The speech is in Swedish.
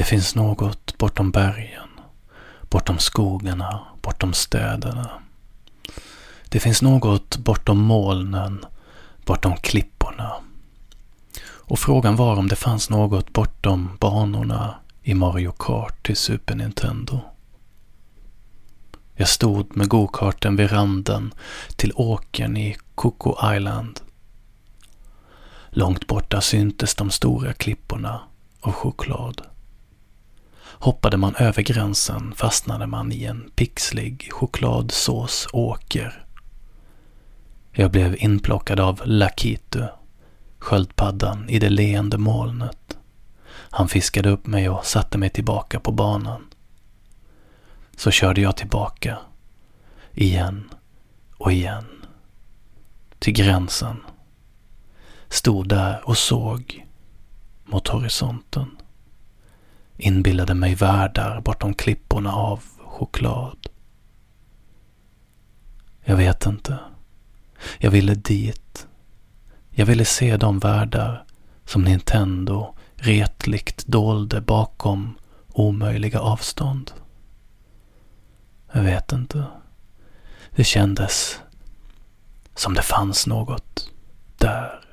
Det finns något bortom bergen, bortom skogarna, bortom städerna. Det finns något bortom molnen, bortom klipporna. Och frågan var om det fanns något bortom banorna i Mario Kart till Super Nintendo. Jag stod med go-karten vid randen till åkern i Coco Island. Långt borta syntes de stora klipporna av choklad. Hoppade man över gränsen fastnade man i en pixlig chokladsåsåker. Jag blev inplockad av Lakitu, sköldpaddan i det leende molnet. Han fiskade upp mig och satte mig tillbaka på banan. Så körde jag tillbaka, igen och igen, till gränsen. Stod där och såg mot horisonten. Inbillade mig världar bortom klipporna av choklad. Jag vet inte. Jag ville dit. Jag ville se de världar som Nintendo retligt dolde bakom omöjliga avstånd. Jag vet inte. Det kändes som det fanns något där.